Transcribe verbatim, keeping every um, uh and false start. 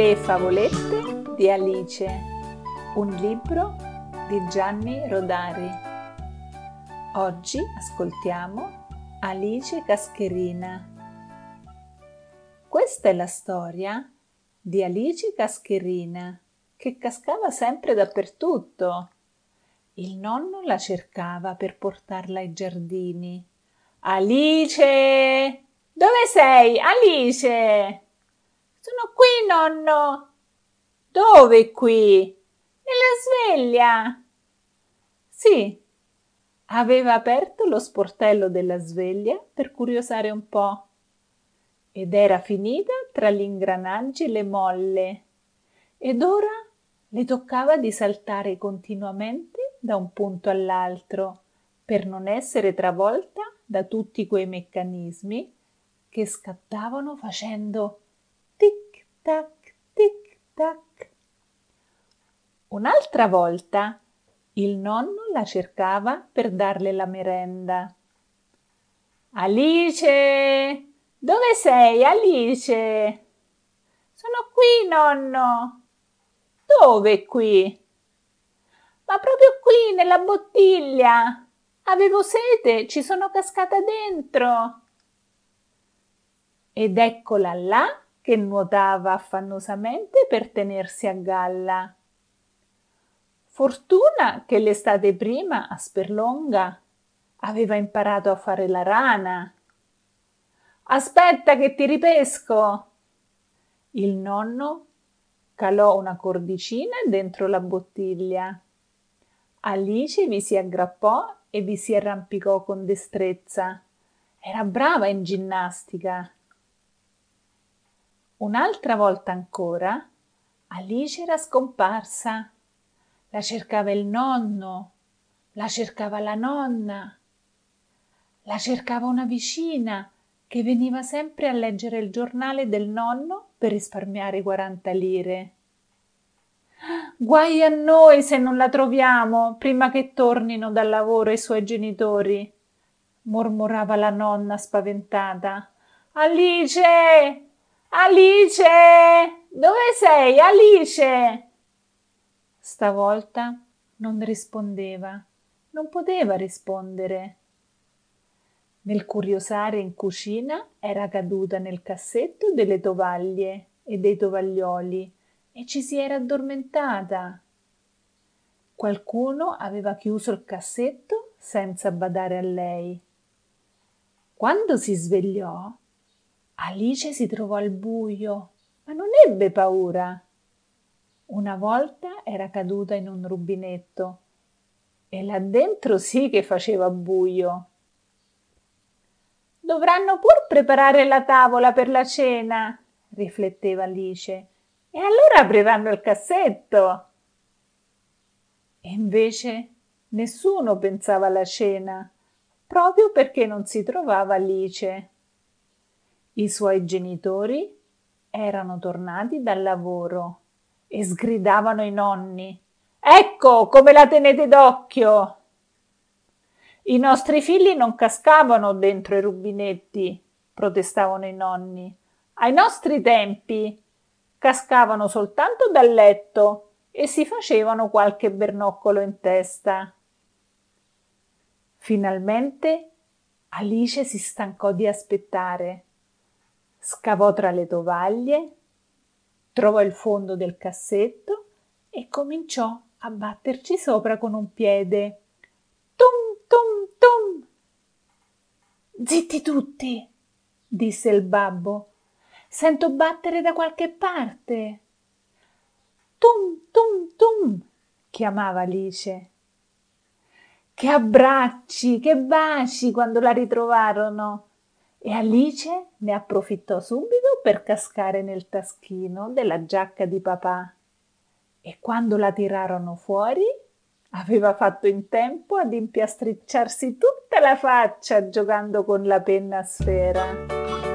Le favolette di Alice, un libro di Gianni Rodari. Oggi ascoltiamo Alice Cascherina. Questa è la storia di Alice Cascherina, che cascava sempre dappertutto. Il nonno la cercava per portarla ai giardini. Alice! Dove sei, Alice? Sono qui, nonno. Dove qui? Nella sveglia. Sì, aveva aperto lo sportello della sveglia per curiosare un po'. Ed era finita tra gli ingranaggi e le molle. Ed ora le toccava di saltare continuamente da un punto all'altro per non essere travolta da tutti quei meccanismi che scattavano facendo tic tac, tic tac. Un'altra volta il nonno la cercava per darle la merenda. Alice! Dove sei, Alice? Sono qui, nonno. Dove qui? Ma proprio qui, nella bottiglia. Avevo sete, ci sono cascata dentro. Ed eccola là che nuotava affannosamente per tenersi a galla. Fortuna che l'estate prima a Sperlonga aveva imparato a fare la rana. Aspetta che ti ripesco. Il nonno calò una cordicina dentro la bottiglia. Alice vi si aggrappò e vi si arrampicò con destrezza. Era brava in ginnastica. Un'altra volta ancora Alice era scomparsa. La cercava il nonno, la cercava la nonna, la cercava una vicina che veniva sempre a leggere il giornale del nonno per risparmiare quaranta lire. Guai a noi se non la troviamo prima che tornino dal lavoro i suoi genitori, mormorava la nonna spaventata. Alice! Alice! Dove sei, Alice? Stavolta non rispondeva, non poteva rispondere. Nel curiosare in cucina era caduta nel cassetto delle tovaglie e dei tovaglioli e ci si era addormentata. Qualcuno aveva chiuso il cassetto senza badare a lei. Quando si svegliò, Alice si trovò al buio, ma non ebbe paura. Una volta era caduta in un rubinetto e là dentro sì che faceva buio. Dovranno pur preparare la tavola per la cena, rifletteva Alice, e allora apriranno il cassetto. E invece nessuno pensava alla cena, proprio perché non si trovava Alice. I suoi genitori erano tornati dal lavoro e sgridavano i nonni. Ecco come la tenete d'occhio! I nostri figli non cascavano dentro i rubinetti, protestavano i nonni. Ai nostri tempi cascavano soltanto dal letto e si facevano qualche bernoccolo in testa. Finalmente Alice si stancò di aspettare. Scavò tra le tovaglie, trovò il fondo del cassetto e cominciò a batterci sopra con un piede. Tum, tum, tum. Zitti tutti, disse il babbo. Sento battere da qualche parte. Tum, tum, tum, chiamava Alice. Che abbracci, che baci quando la ritrovarono. E Alice ne approfittò subito per cascare nel taschino della giacca di papà. E quando la tirarono fuori, aveva fatto in tempo ad impiastricciarsi tutta la faccia giocando con la penna a sfera.